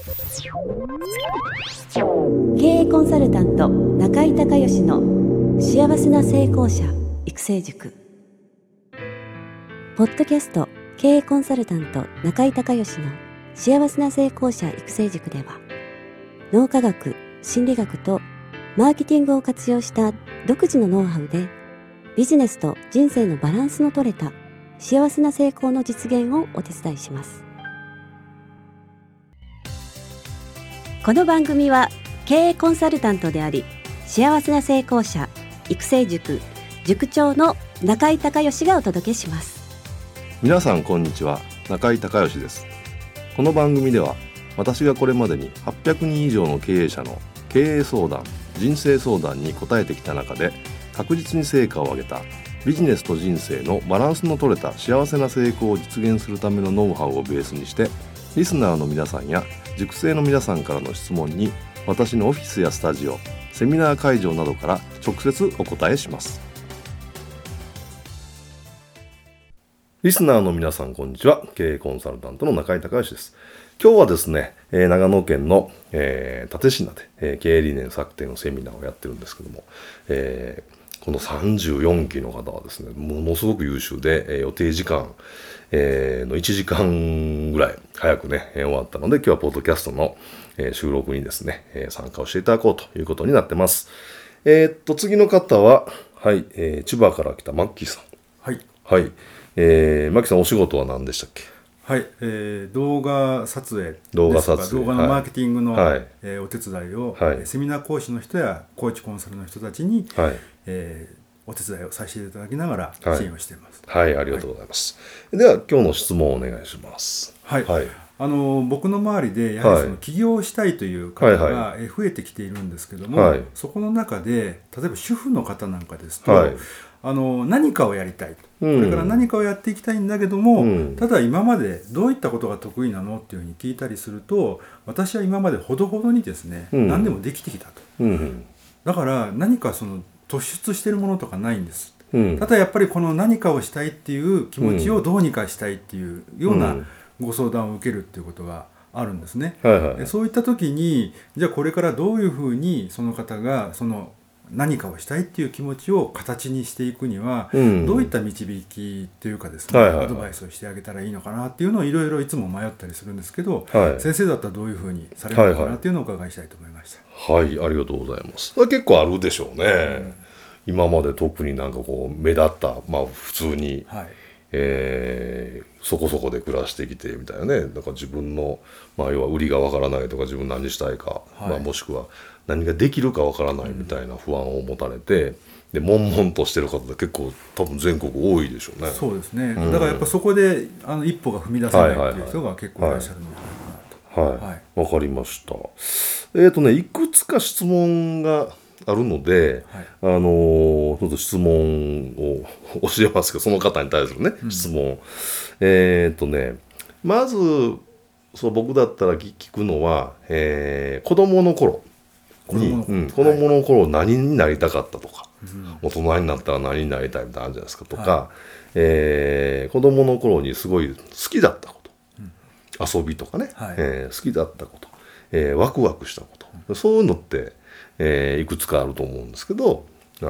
経営コンサルタント中井孝義の幸せな成功者育成塾。ポッドキャスト経営コンサルタント中井孝義の幸せな成功者育成塾では、脳科学、心理学とマーケティングを活用した独自のノウハウで、ビジネスと人生のバランスの取れた幸せな成功の実現をお手伝いします。この番組は経営コンサルタントであり、幸せな成功者育成塾塾長の中井孝義がお届けします。 皆さんこんにちは、中井孝義です。この番組では、私がこれまでに800人以上の経営者の経営相談、人生相談に答えてきた中で、確実に成果を上げたビジネスと人生のバランスの取れた幸せな成功を実現するためのノウハウをベースにして、リスナーの皆さんや塾生の皆さんからの質問に、私のオフィスやスタジオ、セミナー会場などから直接お答えします。リスナーの皆さんこんにちは、経営コンサルタントの中井孝義です。今日はですね、長野県の、蓼科で、経営理念策定のセミナーをやってるんですけども、この34期の方はですね、ものすごく優秀で、予定時間、の1時間ぐらい早くね、終わったので、今日はポッドキャストの、収録にですね、参加をしていただこうということになってます。次の方は、はい、千葉から来たマッキーさん。 はい。 はい。マッキーさん、お仕事は何でしたっけ？ はい、動画撮影です動画とか、 撮影、 動画のマーケティングの、 はいお手伝いを、 はいセミナー講師の人やコーチコンサルの人たちに、 はいお手伝いをさせていただきながらはい支援をしています。 はい、ありがとうございます。では、今日の質問をお願いします。 はい。 はい。 僕の周りでやはりその起業したいという方がは増えてきているんですけども、 はいそこの中で例えば主婦の方なんかですと、 はい何かをやりたいと、 うんこれから何かをやっていきたいんだけども、 うんただ今までどういったことが得意なのっていうふうに聞いたりすると、私は今までほどほどにですね、 うん何でもできてきたと。 うんだから何かその突出しているものとかないんです。 うんただやっぱりこの何かをしたいっていう気持ちをどうにかしたいっていうようなご相談を受けるっていうことがあるんですね。 はいはい。 そういった時に、じゃあこれからどういうふうにその方がその何かをしたいっていう気持ちを形にしていくには、 うんどういった導きというかですね、 はいはいはいアドバイスをしてあげたらいいのかなっていうのをいろいろいつも迷ったりするんですけど、 はい先生だったらどういうふうにされるのかなっていうのをお伺いしたいと思いました。 はい、ありがとうございます。それ結構あるでしょうね。今まで特になんかこう目立った、まあ普通に、 はい。 そこそこで暮らしてきてみたいなね。だから自分の、まあ要は売りがわからないとか、自分何したいか、 はいまあもしくは何ができるかわからないみたいな不安を持たれて、で悶々としてる方って結構多分全国多いでしょうね。 そうですね。 うんだからやっぱそこで一歩が踏み出せないっていう人が結構いらっしゃるのではないかなと。 はい、 はいわかりました。いくつか質問があるので、 はいちょっと質問を教えますけど、その方に対するね、質問。まず、そう僕だったら聞くのは、子供の頃に、子供の頃何になりたかったとか、大人になったら何になりたいみたいなのあるじゃないですかとか、子供の頃にすごい好きだったこと、遊びとかね、 はい好きだったこと、ワクワクしたこと、そういうのって、いくつかあると思うんですけど、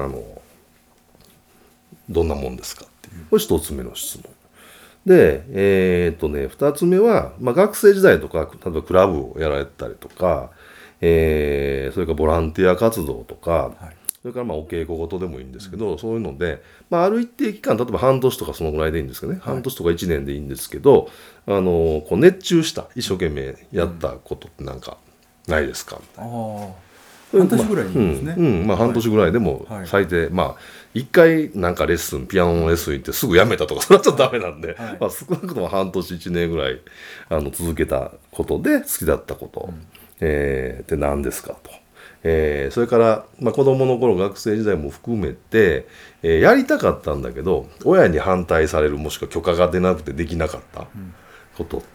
どんなもんですかっていう、これ一つ目の質問で、二つ目は、まあ、学生時代とか例えばクラブをやられたりとか、それからボランティア活動とか、 はいそれからまあお稽古事でもいいんですけど、そういうので、まあ、ある一定期間、例えば半年とかそのぐらいでいいんですけどね、半年とか1年でいいんですけど、こう熱中した一生懸命やったことってなんかないですかみたいな。 半年ぐらいでいいんですね。 まあ半年ぐらいでもはい最低、まあ一回なんかレッスン、ピアノのレッスン行ってすぐやめたとか、それはちょっとダメなんで、 はいまあ少なくとも半年1年ぐらい続けたことで好きだったこと、って何ですかと。それから、まあ、子供の頃学生時代も含めて、やりたかったんだけど親に反対されるもしくは許可が出なくてできなかったことって、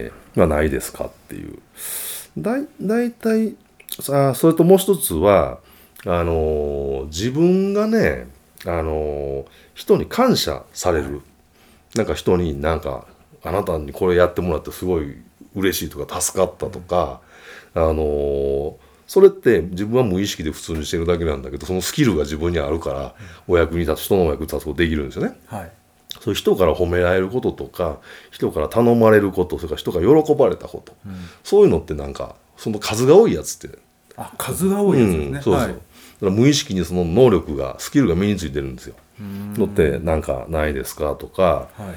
まあ、ないですかっていう。だいたいそれともう一つは自分がね人に感謝される、なんか人になんかあなたにこれやってもらってすごい嬉しいとか助かったとか、それって自分は無意識で普通にしてるだけなんだけど、そのスキルが自分にあるからお役に立つ、人のお役に立つことできるんですよね。 はい、 そういう人から褒められることとか、人から頼まれること、それから人が喜ばれたこと、そういうのってなんかその数が多いやつって、 数が多いやつですね、 そうそう、 はい、 だから無意識にその能力がスキルが身についてるんですよ。のってなんかないですかとか、 はい、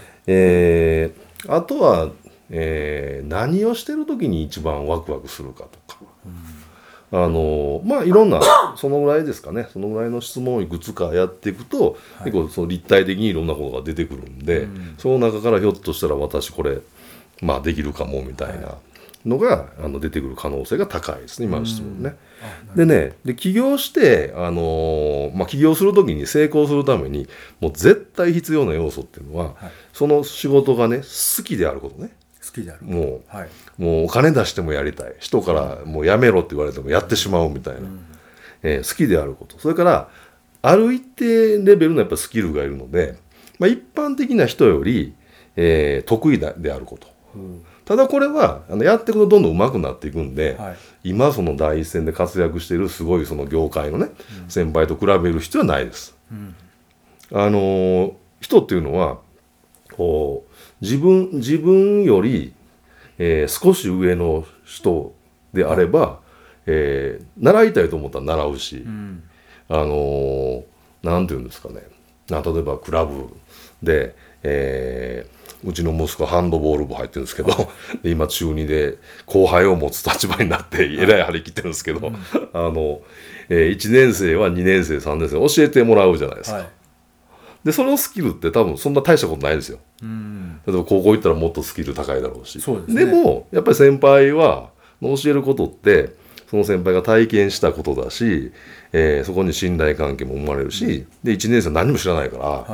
あとは、何をしてる時に一番ワクワクするかとか、いろんなそのぐらいですかね、そのぐらいの質問をいくつかやっていくと、結構その立体的にいろんなことが出てくるんで、その中からひょっとしたら私これできるかもみたいなのが、出てくる可能性が高いですね、今の質問ね。で起業して、起業する時に成功するためにもう絶対必要な要素っていうのは、その仕事がね好きであることね。 好きである、 もうお金出してもやりたい、人からもうやめろって言われてもやってしまうみたいな、好きであること、それからある一定レベルのやっぱスキルがいるので、一般的な人より、得意であること、ただこれはやっていくとどんどん上手くなっていくんで、今その第一線で活躍しているすごいその業界のね、先輩と比べる必要はないです。人っていうのはこう自分より、少し上の人であれば、習いたいと思ったら習うし、なんていうんですかね、例えばクラブで、うちの息子ハンドボール部入ってるんですけど、今中2で後輩を持つ立場になってえらい張り切ってるんですけど、1年生は2年生3年生教えてもらうじゃないですか。でそのスキルって多分そんな大したことないですよ。例えば高校行ったらもっとスキル高いだろうし、でもやっぱり先輩は教えることってその先輩が体験したことだし、そこに信頼関係も生まれるし、で1年生は何も知らないから、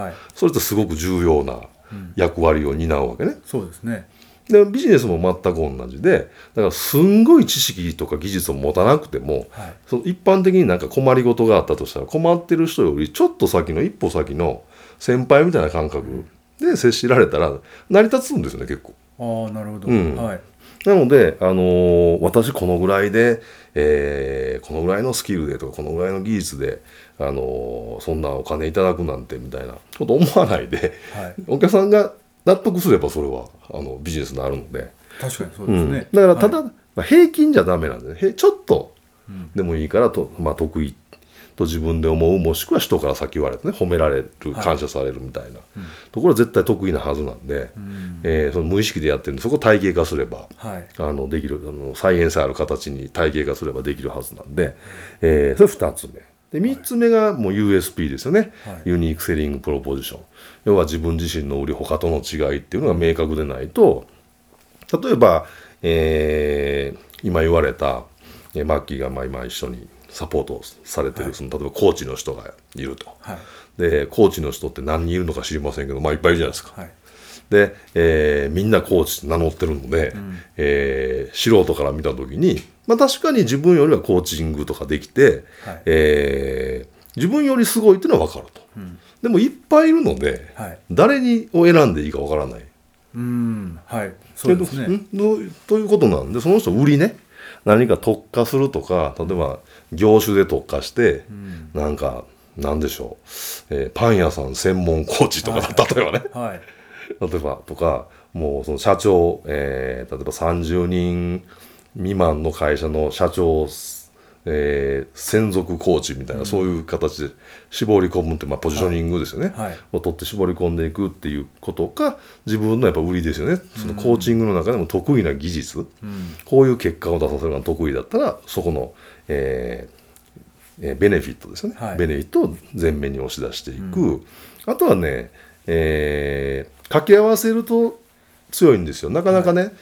それってすごく重要な役割を担うわけね。 そうですね。 でビジネスも全く同じで、だからすんごい知識とか技術を持たなくても、その一般的になんか困りごとがあったとしたら、困ってる人よりちょっと先の一歩先の先輩みたいな感覚で接しられたら成り立つんですよね、結構。 なるほど、 なので、私このぐらいで、このぐらいのスキルでとかこのぐらいの技術で、そんなお金いただくなんてみたいなこと思わないで、お客さんが納得すればそれはビジネスになるので。 確かにそうですね。 だからただ、平均じゃダメなんでね、ちょっとでもいいから得意と自分で思う、もしくは人から先言われてね、褒められる、感謝されるみたいなところは絶対得意なはずなんで、その無意識でやってるんで、そこを体系化すれば、できる、再現性ある形に体系化すればできるはずなんで、それ2つ目で、3つ目がもう USP ですよね、ユニークセリングプロポジション。要は自分自身の売り他との違いっていうのが明確でないと、例えば、今言われた、マッキーが今一緒にサポートされてる、その例えばコーチの人がいると、でコーチの人って何人いるのか知りませんけど、いっぱいいるじゃないですか。で、みんなコーチって名乗ってるので、素人から見た時に、確かに自分よりはコーチングとかできて、自分よりすごいっていうのは分かると、でもいっぱいいるので、誰を選んでいいか分からない。 そうですね。 ということなんで、その人売りね、何か特化するとか、例えば業種で特化して、なんでしょう、パン屋さん専門コーチとか、例えばね、例えばとか、もうその社長、例えば30人未満の会社の社長、専属コーチみたいな、そういう形で絞り込むって、ポジショニングですよね、を取って絞り込んでいくっていうことが自分のやっぱ売りですよね。そのコーチングの中でも得意な技術、こういう結果を出させるのが得意だったら、そこの、ベネフィットですよね、ベネフィットを前面に押し出していく、あとはね、掛け合わせると強いんですよ。なかなかね、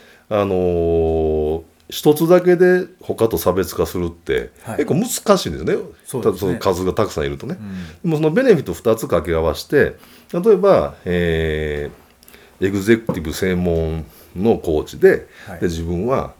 一つだけで他と差別化するって、結構難しいんですよね。その数がたくさんいるとね、でもそのベネフィット2つ掛け合わせて、例えば、エグゼクティブ専門のコーチで、自分は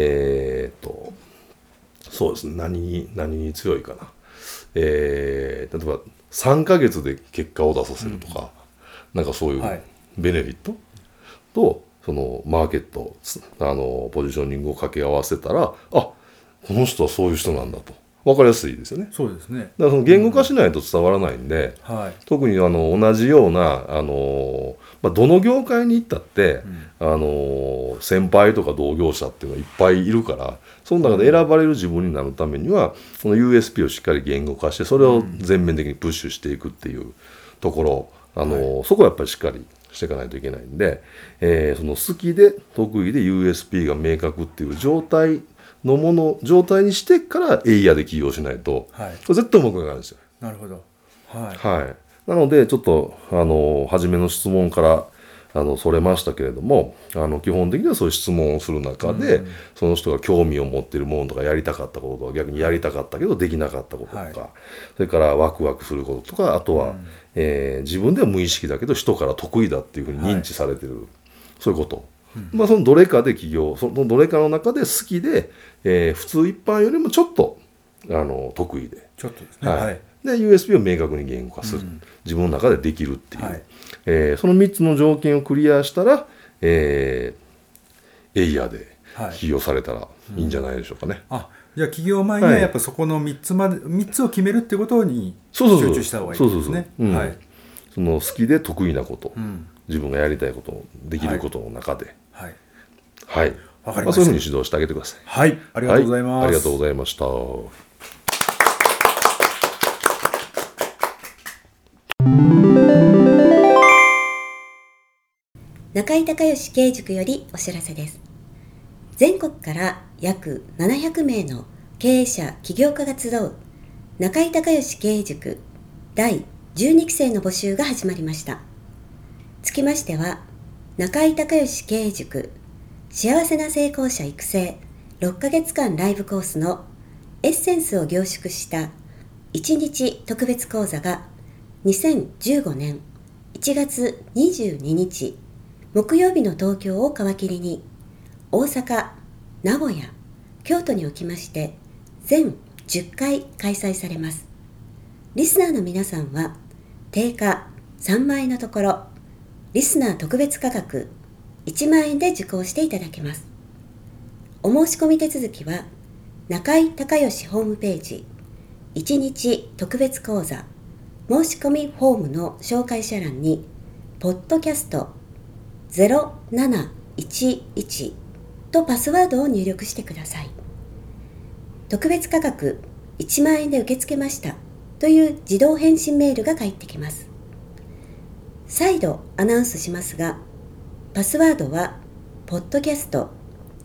そうですね、何に強いかな、例えば3ヶ月で結果を出させるとか、なんかそういうベネフィットと、 そのマーケットポジショニングを掛け合わせたら、あ、この人はそういう人なんだと分かりやすいですよね。 そうですね。 だからその言語化しないと伝わらないんで、 はい、 特に同じようなどの業界に行ったって、先輩とか同業者っていうのはいっぱいいるから、その中で選ばれる自分になるためにはこの USP をしっかり言語化して、それを全面的にプッシュしていくっていうところ、そこはやっぱりしっかりしていかないといけないんで、その好きで得意で USP が明確っていう状態にしてからエイヤーで起業しないと、 はい、 これ絶対うまくいかないんですよ。 なるほど。はいはい、なのでちょっと初めの質問からそれましたけれども、基本的にはそういう質問をする中で、その人が興味を持っているものとかやりたかったこととか、逆にやりたかったけどできなかったこととか、はい、それからワクワクすることとか、あとは、自分では無意識だけど人から得意だっていうふうに認知されている、はい、そういうこと、そのどれかで起業、そのどれかの中で好きで、普通一般よりもちょっと得意で、 ちょっとですね、はい、 で USB を明確に言語化する、自分の中でできるっていう、はい、その3つの条件をクリアしたら、エイヤーで起業されたらいいんじゃないでしょうかね。 じゃあ起業前にはやっぱそこの3つを決めるってことに集中した方がいいですね。 その好きで得意なこと、自分がやりたいこと、できることの中で、はい、はい、わかりました。そういうふうに指導してあげてください。 はい、ありがとうございます。 ありがとうございました。 中井孝義経営塾よりお知らせです。全国から約700名の経営者起業家が集う中井孝義経営塾第12期生の募集が始まりました。つきましては、中井孝義経営塾幸せな成功者育成6ヶ月間ライブコースのエッセンスを凝縮した1日特別講座が2015年1月22日木曜日の東京を皮切りに大阪、名古屋、京都におきまして全10回開催されます。リスナーの皆さんは定価3万円のところ、リスナー特別価格1万円で受講していただけます。お申し込み手続きは中井孝義ホームページ1日特別講座申し込みフォームの紹介者欄にポッドキャスト0711とパスワードを入力してください。特別価格1万円で受け付けましたという自動返信メールが返ってきます。再度アナウンスしますが、パスワードはポッドキャスト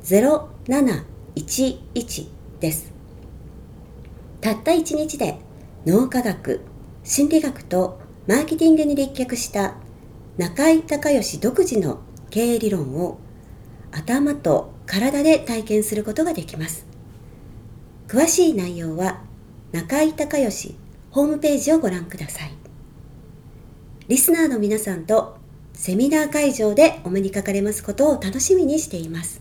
0711です。たった1日で脳科学、心理学とマーケティングに立脚した中井孝義独自の経営理論を頭と体で体験することができます。詳しい内容は中井孝義ホームページをご覧ください。リスナーの皆さんとセミナー会場でお目にかかれますことを楽しみにしています。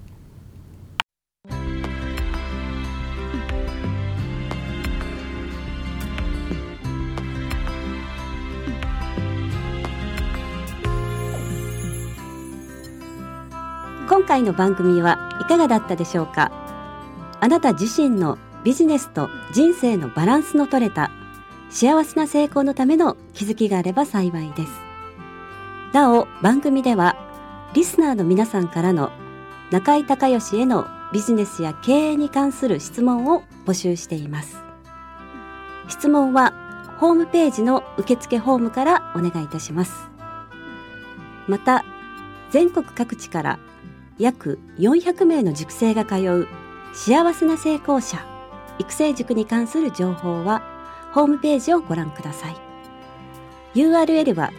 今回の番組はいかがだったでしょうか。あなた自身のビジネスと人生のバランスの取れた幸せな成功のための気づきがあれば幸いです。なお、番組ではリスナーの皆さんからの中井孝義へのビジネスや経営に関する質問を募集しています。質問はホームページの受付フォームからお願いいたします。また、全国各地から約400名の塾生が通う幸せな成功者育成塾に関する情報はホームページをご覧ください。 URL は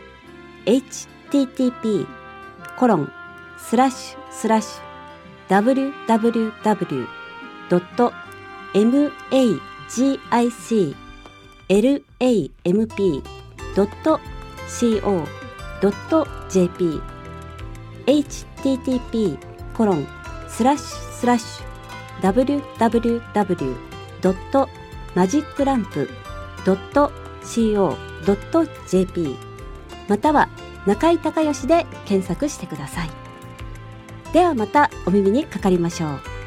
http://www.magiclamp.co.jp http://www.magiclamp.co.jp または中井孝義で検索してください。 ではまたお耳にかかりましょう。